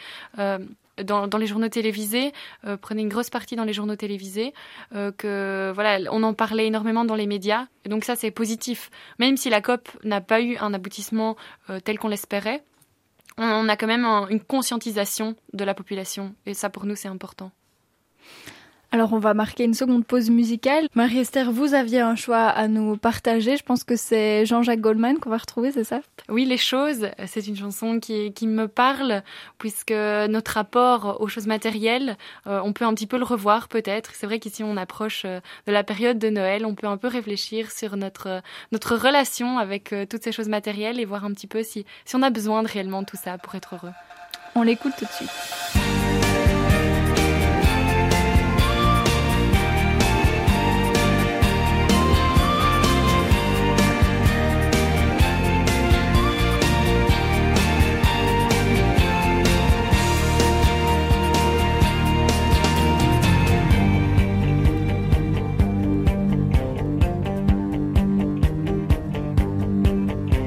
dans les journaux télévisés, prenait une grosse partie dans les journaux télévisés, que voilà, on en parlait énormément dans les médias. Et donc ça, c'est positif. Même si la COP n'a pas eu un aboutissement tel qu'on l'espérait, on a quand même une conscientisation de la population. Et ça, pour nous, c'est important. Alors, on va marquer une seconde pause musicale. Marie-Esther, vous aviez un choix à nous partager. Je pense que c'est Jean-Jacques Goldman qu'on va retrouver, c'est ça? Oui, Les choses, c'est une chanson qui me parle, puisque notre rapport aux choses matérielles, on peut un petit peu le revoir peut-être. C'est vrai qu'ici, on approche de la période de Noël. On peut un peu réfléchir sur notre relation avec toutes ces choses matérielles et voir un petit peu si on a besoin de réellement tout ça pour être heureux. On l'écoute tout de suite.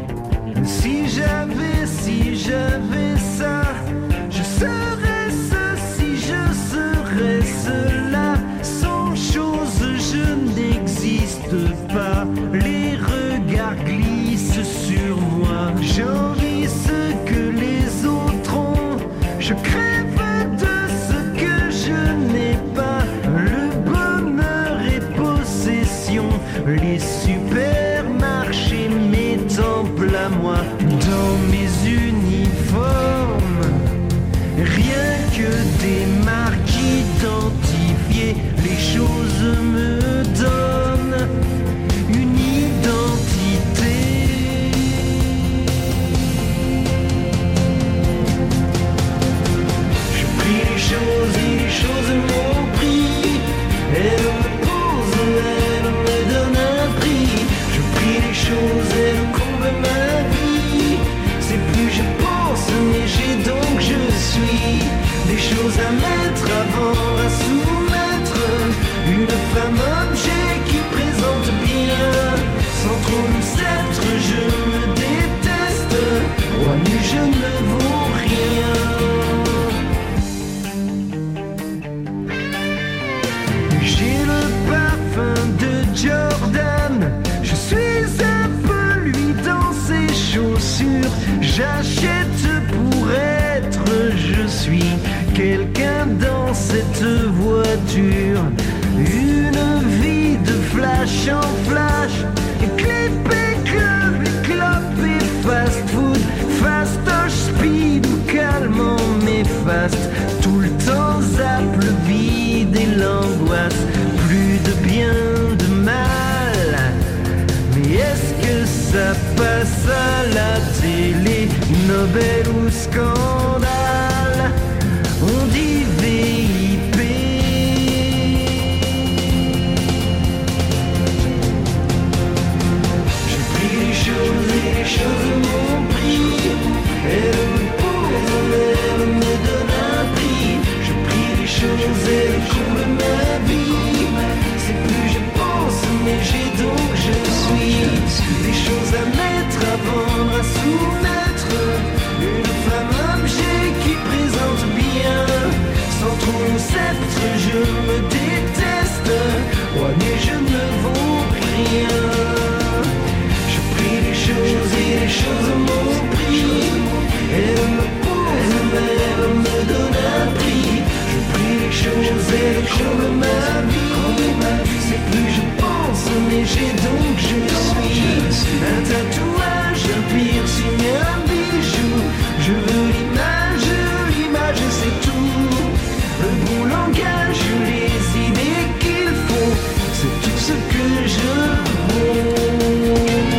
Si j'avais ça, je serais ce j'achète pour être, je suis quelqu'un dans cette voiture. Une vie de flash en flash, clip et club et clope et fast food, fastoche, speed ou calmant mais fast. Tout le temps zappe le vide et l'angoisse, plus de bien, de mal. Mais est-ce que ça passe à la télé, Nobel ou scandale? On dit VIP. J'ai pris les choses et les choses m'ont pris. Elle me pose, elle me donne un prix. J'ai pris les choses et les coule ma vie. C'est plus je pense, mais j'ai donc je suis. Des choses à mettre, à vendre, à soumettre. Une femme objet qui présente bien. Sans trop le sceptre, je me déteste. Ouais, mais je ne vaux rien. Je prie les choses et les choses m'ont pris. Elle me pose, mais elle me donne un prix. Je prie les choses et les choses ma vie. C'est plus je pense, mais j'ai donc je suis. Un tatouage, un piercing, un bijou. Je veux l'image c'est tout. Le bon langage, les idées qu'il faut, c'est tout ce que je veux.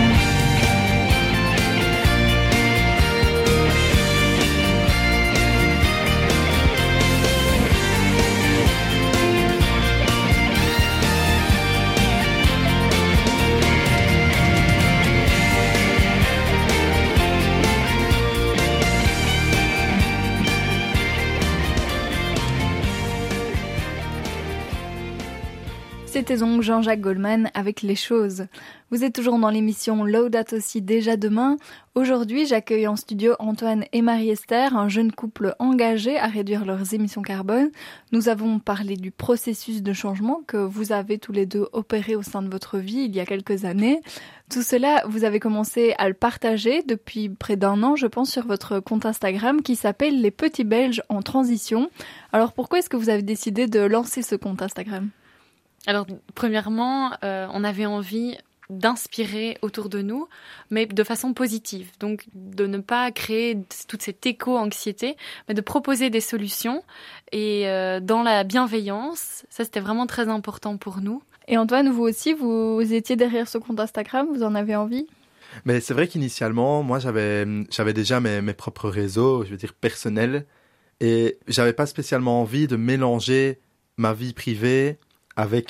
C'était donc Jean-Jacques Goldman avec Les Choses. Vous êtes toujours dans l'émission Laudato Si déjà demain. Aujourd'hui, j'accueille en studio Antoine et Marie-Esther, un jeune couple engagé à réduire leurs émissions carbone. Nous avons parlé du processus de changement que vous avez tous les deux opéré au sein de votre vie il y a quelques années. Tout cela, vous avez commencé à le partager depuis près d'1 an, je pense, sur votre compte Instagram qui s'appelle Les Petits Belges en transition. Alors pourquoi est-ce que vous avez décidé de lancer ce compte Instagram ? Alors, premièrement, on avait envie d'inspirer autour de nous, mais de façon positive. Donc, de ne pas créer toute cette éco-anxiété, mais de proposer des solutions et dans la bienveillance. Ça, c'était vraiment très important pour nous. Et Antoine, vous aussi, vous étiez derrière ce compte Instagram, vous en avez envie ? Mais c'est vrai qu'initialement, moi, j'avais déjà mes propres réseaux, je veux dire personnels, et j'avais pas spécialement envie de mélanger ma vie privée avec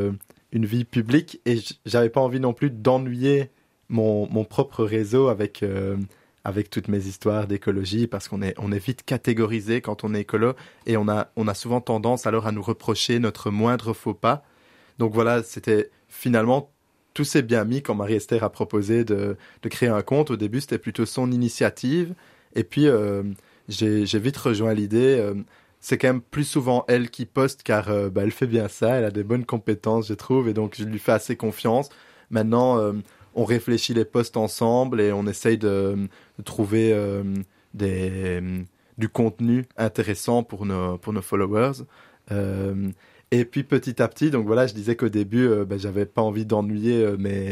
une vie publique, et j'avais pas envie non plus d'ennuyer mon propre réseau avec toutes mes histoires d'écologie, parce qu'on est vite catégorisé quand on est écolo, et on a souvent tendance alors à nous reprocher notre moindre faux pas. Donc voilà, c'était finalement, tout s'est bien mis quand Marie-Esther a proposé de créer un compte. Au début, c'était plutôt son initiative, et puis j'ai vite rejoint l'idée. C'est quand même plus souvent elle qui poste, car elle fait bien ça, elle a des bonnes compétences, je trouve, et donc je lui fais assez confiance. Maintenant, on réfléchit les posts ensemble et on essaye de trouver du contenu intéressant pour nos followers. Et puis petit à petit, donc voilà, je disais qu'au début, j'avais pas envie d'ennuyer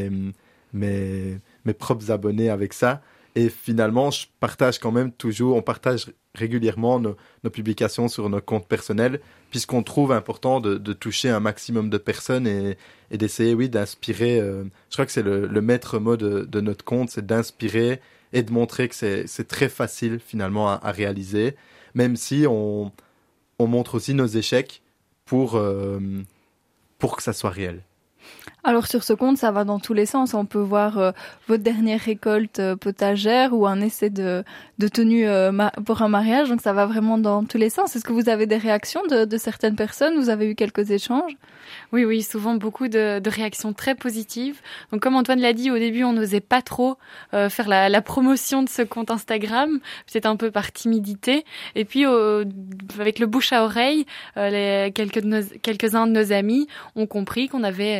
mes propres abonnés avec ça. Et finalement, je partage quand même toujours, on partage régulièrement nos publications sur nos comptes personnels, puisqu'on trouve important de toucher un maximum de personnes et d'essayer, oui, d'inspirer. Je crois que c'est le maître mot de notre compte, c'est d'inspirer et de montrer que c'est très facile finalement à réaliser, même si on montre aussi nos échecs pour que ça soit réel. Alors sur ce compte, ça va dans tous les sens. On peut voir votre dernière récolte potagère ou un essai de tenue pour un mariage. Donc ça va vraiment dans tous les sens. Est-ce que vous avez des réactions de certaines personnes ? Vous avez eu quelques échanges ? Oui, souvent beaucoup de réactions très positives. Donc comme Antoine l'a dit, au début, on n'osait pas trop faire la promotion de ce compte Instagram, peut-être un peu par timidité. Et puis avec le bouche à oreille, quelques-uns de nos amis ont compris qu'on avait un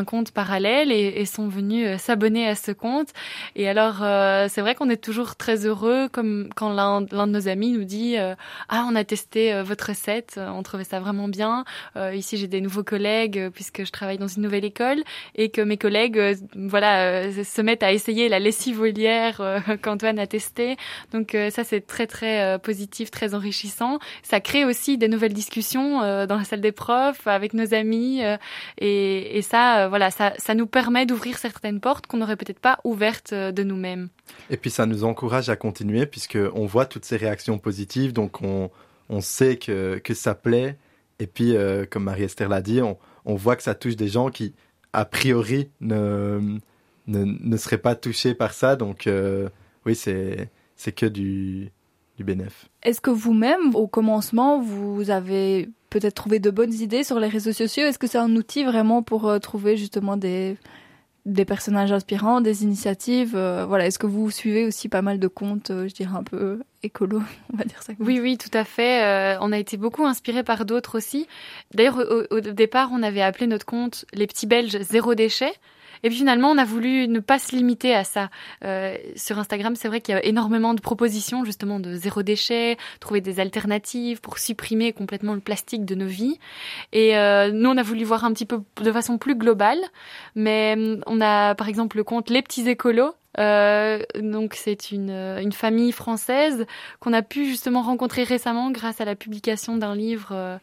un compte parallèle et sont venus s'abonner à ce compte. Et alors, c'est vrai qu'on est toujours très heureux, comme quand l'un de nos amis nous dit on a testé votre recette, on trouvait ça vraiment bien. Ici, j'ai des nouveaux collègues puisque je travaille dans une nouvelle école et que mes collègues se mettent à essayer la lessive volière qu'Antoine a testé. Donc ça, c'est très très positif, très enrichissant. Ça crée aussi des nouvelles discussions dans la salle des profs, avec nos amis, et ça, ça nous permet d'ouvrir certaines portes qu'on n'aurait peut-être pas ouvertes de nous-mêmes. Et puis ça nous encourage à continuer puisqu'on voit toutes ces réactions positives, donc on sait que ça plaît. Et puis, comme Marie-Esther l'a dit, on voit que ça touche des gens qui, a priori, ne seraient pas touchés par ça. Donc oui, c'est que du bénéf. Est-ce que vous-même, au commencement, vous avez peut-être trouvé de bonnes idées sur les réseaux sociaux ? Est-ce que c'est un outil vraiment pour trouver justement des personnages inspirants, des initiatives Est-ce que vous suivez aussi pas mal de comptes, je dirais un peu écolo, on va dire ça comme ça. Oui, tout à fait. On a été beaucoup inspirés par d'autres aussi. D'ailleurs, au départ, on avait appelé notre compte « Les petits Belges zéro déchet ». Et puis finalement, on a voulu ne pas se limiter à ça. Sur Instagram, c'est vrai qu'il y a énormément de propositions justement de zéro déchet, trouver des alternatives pour supprimer complètement le plastique de nos vies. Et nous, on a voulu voir un petit peu de façon plus globale. Mais on a par exemple le compte Les Petits Écolos. Donc c'est une famille française qu'on a pu justement rencontrer récemment grâce à la publication d'un livre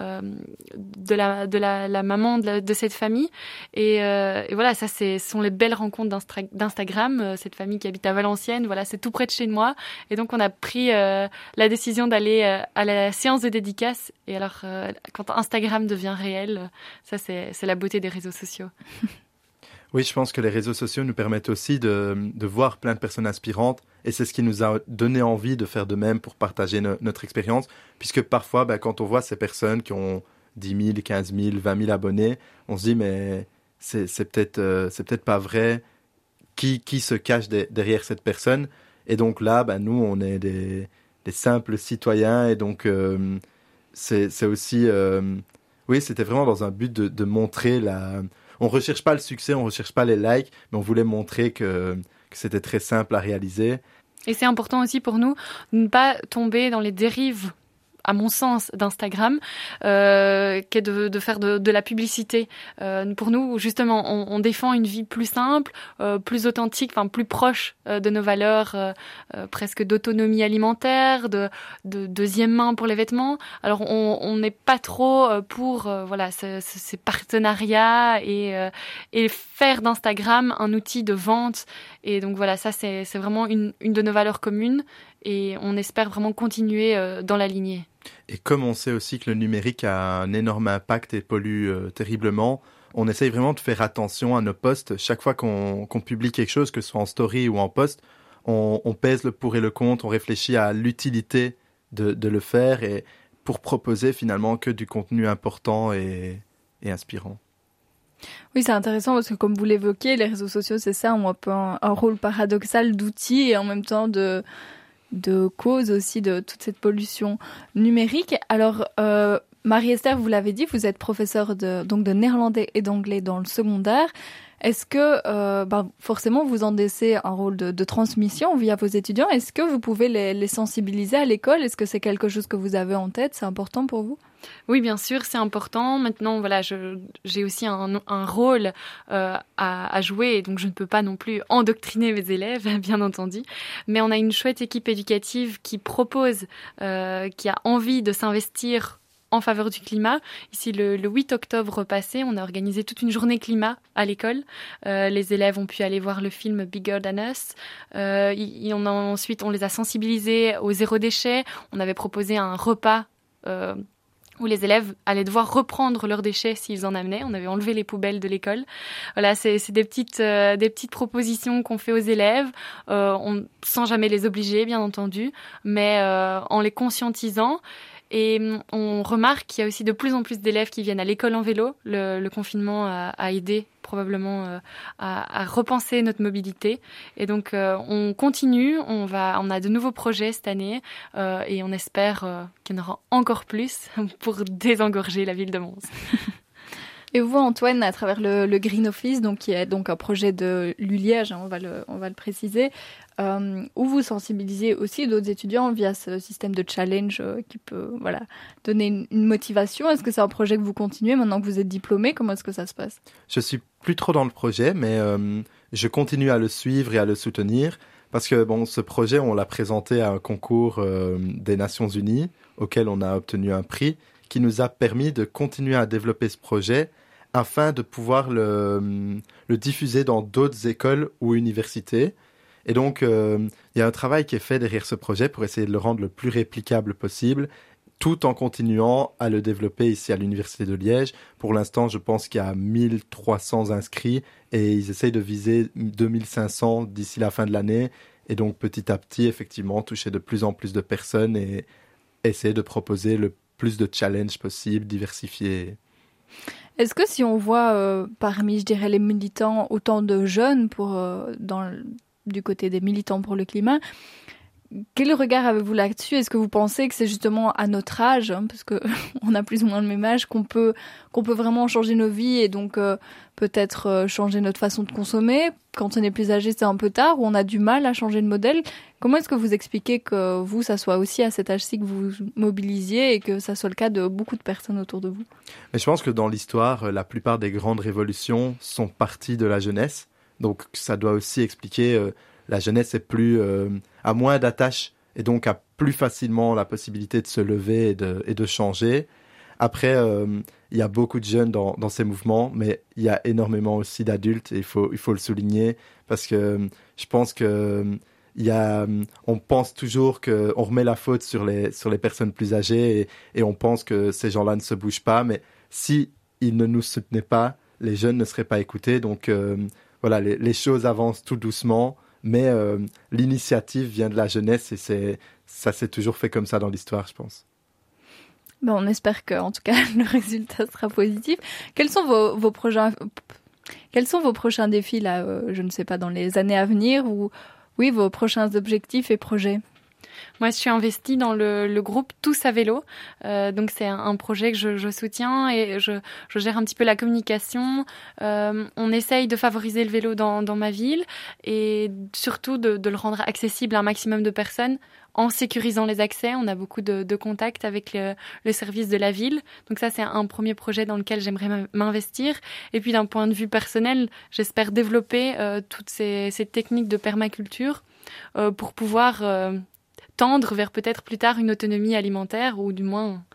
de la maman de cette famille et voilà, ça ce sont les belles rencontres d'Instagram. Cette famille qui habite à Valenciennes, voilà, c'est tout près de chez moi, et donc on a pris la décision d'aller à la séance de dédicace. Et alors quand Instagram devient réel, ça c'est la beauté des réseaux sociaux. Oui, je pense que les réseaux sociaux nous permettent aussi de voir plein de personnes inspirantes, et c'est ce qui nous a donné envie de faire de même pour partager notre expérience, puisque parfois, quand on voit ces personnes qui ont 10 000, 15 000, 20 000 abonnés, on se dit mais c'est peut-être pas vrai, qui se cache derrière cette personne. Et donc là, nous, on est des simples citoyens, et donc c'est aussi... oui, c'était vraiment dans un but de montrer on recherche pas le succès, on recherche pas les likes, mais on voulait montrer que c'était très simple à réaliser. Et c'est important aussi pour nous de ne pas tomber dans les dérives, à mon sens, d'Instagram, qu'est de faire de la publicité. Pour nous, justement, on défend une vie plus simple, plus authentique, plus proche de nos valeurs, presque d'autonomie alimentaire, de deuxième main pour les vêtements. Alors, on n'est pas trop pour ces partenariats et faire d'Instagram un outil de vente. Et donc voilà, ça c'est vraiment une de nos valeurs communes, et on espère vraiment continuer dans la lignée. Et comme on sait aussi que le numérique a un énorme impact et pollue terriblement, on essaye vraiment de faire attention à nos posts. Chaque fois qu'on publie quelque chose, que ce soit en story ou en post, on pèse le pour et le contre, on réfléchit à l'utilité de le faire, et pour proposer finalement que du contenu important et inspirant. Oui, c'est intéressant parce que, comme vous l'évoquez, les réseaux sociaux, c'est ça, ont un peu un rôle paradoxal d'outil et en même temps de cause aussi de toute cette pollution numérique. Alors, Marie-Esther, vous l'avez dit, vous êtes professeure de néerlandais et d'anglais dans le secondaire. Est-ce que, forcément, vous endossez un rôle de transmission via vos étudiants? Est-ce que vous pouvez les sensibiliser à l'école? Est-ce que c'est quelque chose que vous avez en tête? C'est important pour vous? Oui, bien sûr, c'est important. Maintenant, voilà, j'ai aussi un rôle à jouer, et donc je ne peux pas non plus endoctriner mes élèves, bien entendu. Mais on a une chouette équipe éducative qui propose, qui a envie de s'investir en faveur du climat. Ici, le 8 octobre passé, on a organisé toute une journée climat à l'école. Les élèves ont pu aller voir le film Bigger Than Us. Ensuite, on les a sensibilisés au zéro déchet. On avait proposé un repas où les élèves allaient devoir reprendre leurs déchets s'ils en amenaient. On avait enlevé les poubelles de l'école. Voilà, c'est des petites propositions qu'on fait aux élèves, sans jamais les obliger, bien entendu, mais en les conscientisant. Et on remarque qu'il y a aussi de plus en plus d'élèves qui viennent à l'école en vélo. Le confinement a aidé probablement à repenser notre mobilité. Et donc, on continue. On a de nouveaux projets cette année, et on espère qu'il y en aura encore plus pour désengorger la ville de Mons. Et vous, Antoine, à travers le Green Office, donc qui est donc un projet de l'ULiège, on va le préciser, où vous sensibilisez aussi d'autres étudiants via ce système de challenge qui peut donner une motivation. Est-ce que c'est un projet que vous continuez maintenant que vous êtes diplômé? Comment est-ce que ça se passe? Je suis plus trop dans le projet, mais je continue à le suivre et à le soutenir parce que ce projet, on l'a présenté à un concours des Nations Unies auquel on a obtenu un prix qui nous a permis de continuer à développer ce projet afin de pouvoir le diffuser dans d'autres écoles ou universités. Et donc, il y a un travail qui est fait derrière ce projet pour essayer de le rendre le plus réplicable possible, tout en continuant à le développer ici à l'Université de Liège. Pour l'instant, je pense qu'il y a 1300 inscrits et ils essayent de viser 2500 d'ici la fin de l'année. Et donc, petit à petit, effectivement, toucher de plus en plus de personnes et essayer de proposer le plus de challenges possible, diversifiés. Est-ce que si on voit parmi, je dirais, les militants, autant de jeunes du côté des militants pour le climat, quel regard avez-vous là-dessus? Est-ce que vous pensez que c'est justement à notre âge, parce que on a plus ou moins le même âge, qu'on peut vraiment changer nos vies et donc peut-être changer notre façon de consommer? Quand on est plus âgé, c'est un peu tard, ou on a du mal à changer de modèle. Comment est-ce que vous expliquez que vous, ça soit aussi à cet âge-ci que vous vous mobilisiez et que ça soit le cas de beaucoup de personnes autour de vous? Mais je pense que dans l'histoire, la plupart des grandes révolutions sont parties de la jeunesse. Donc ça doit aussi expliquer la jeunesse a moins d'attaches et donc a plus facilement la possibilité de se lever et de changer. Après, il y a beaucoup de jeunes dans ces mouvements, mais il y a énormément aussi d'adultes et il faut le souligner parce que je pense que on pense toujours qu'on remet la faute sur les personnes plus âgées et on pense que ces gens-là ne se bougent pas, mais si ils ne nous soutenaient pas, les jeunes ne seraient pas écoutés. Donc les choses avancent tout doucement, mais l'initiative vient de la jeunesse et ça s'est toujours fait comme ça dans l'histoire, je pense. On espère que, en tout cas, le résultat sera positif. Quels sont vos prochains défis là, je ne sais pas, dans les années à venir, ou oui, vos prochains objectifs et projets? Moi, je suis investie dans le groupe Tous à vélo. Donc, c'est un projet que je soutiens et je gère un petit peu la communication. On essaye de favoriser le vélo dans ma ville et surtout de le rendre accessible à un maximum de personnes en sécurisant les accès. On a beaucoup de contacts avec le service de la ville. Donc ça, c'est un premier projet dans lequel j'aimerais m'investir. Et puis, d'un point de vue personnel, j'espère développer toutes ces techniques de permaculture pour pouvoir tendre vers peut-être plus tard une autonomie alimentaire ou du moins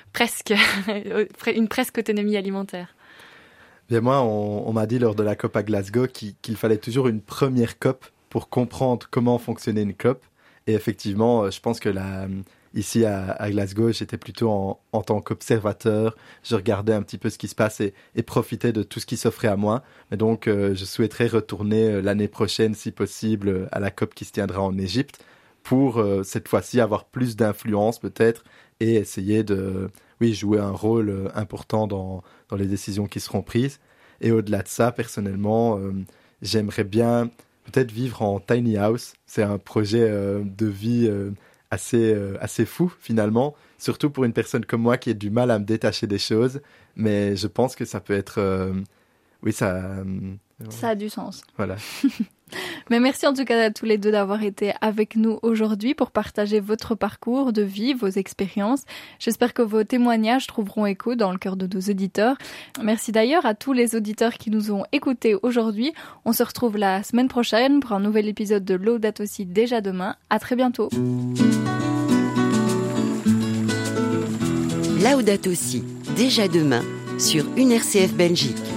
une presque autonomie alimentaire. Bien moi, on m'a dit lors de la COP à Glasgow qu'il fallait toujours une première COP pour comprendre comment fonctionnait une COP. Et effectivement, je pense que ici à Glasgow, j'étais plutôt en tant qu'observateur. Je regardais un petit peu ce qui se passe et profitais de tout ce qui s'offrait à moi. Mais donc, je souhaiterais retourner l'année prochaine, si possible, à la COP qui se tiendra en Égypte pour cette fois-ci avoir plus d'influence peut-être et essayer de jouer un rôle important dans les décisions qui seront prises. Et au-delà de ça, personnellement, j'aimerais bien peut-être vivre en tiny house. C'est un projet de vie assez fou finalement, surtout pour une personne comme moi qui a du mal à me détacher des choses. Mais je pense que ça peut être... ça a du sens. Voilà. Mais merci en tout cas à tous les deux d'avoir été avec nous aujourd'hui pour partager votre parcours de vie, vos expériences. J'espère que vos témoignages trouveront écho dans le cœur de nos auditeurs. Merci d'ailleurs à tous les auditeurs qui nous ont écoutés aujourd'hui. On se retrouve la semaine prochaine pour un nouvel épisode de Laudato Si déjà demain. À très bientôt. Laudato Si déjà demain sur UNRCF Belgique.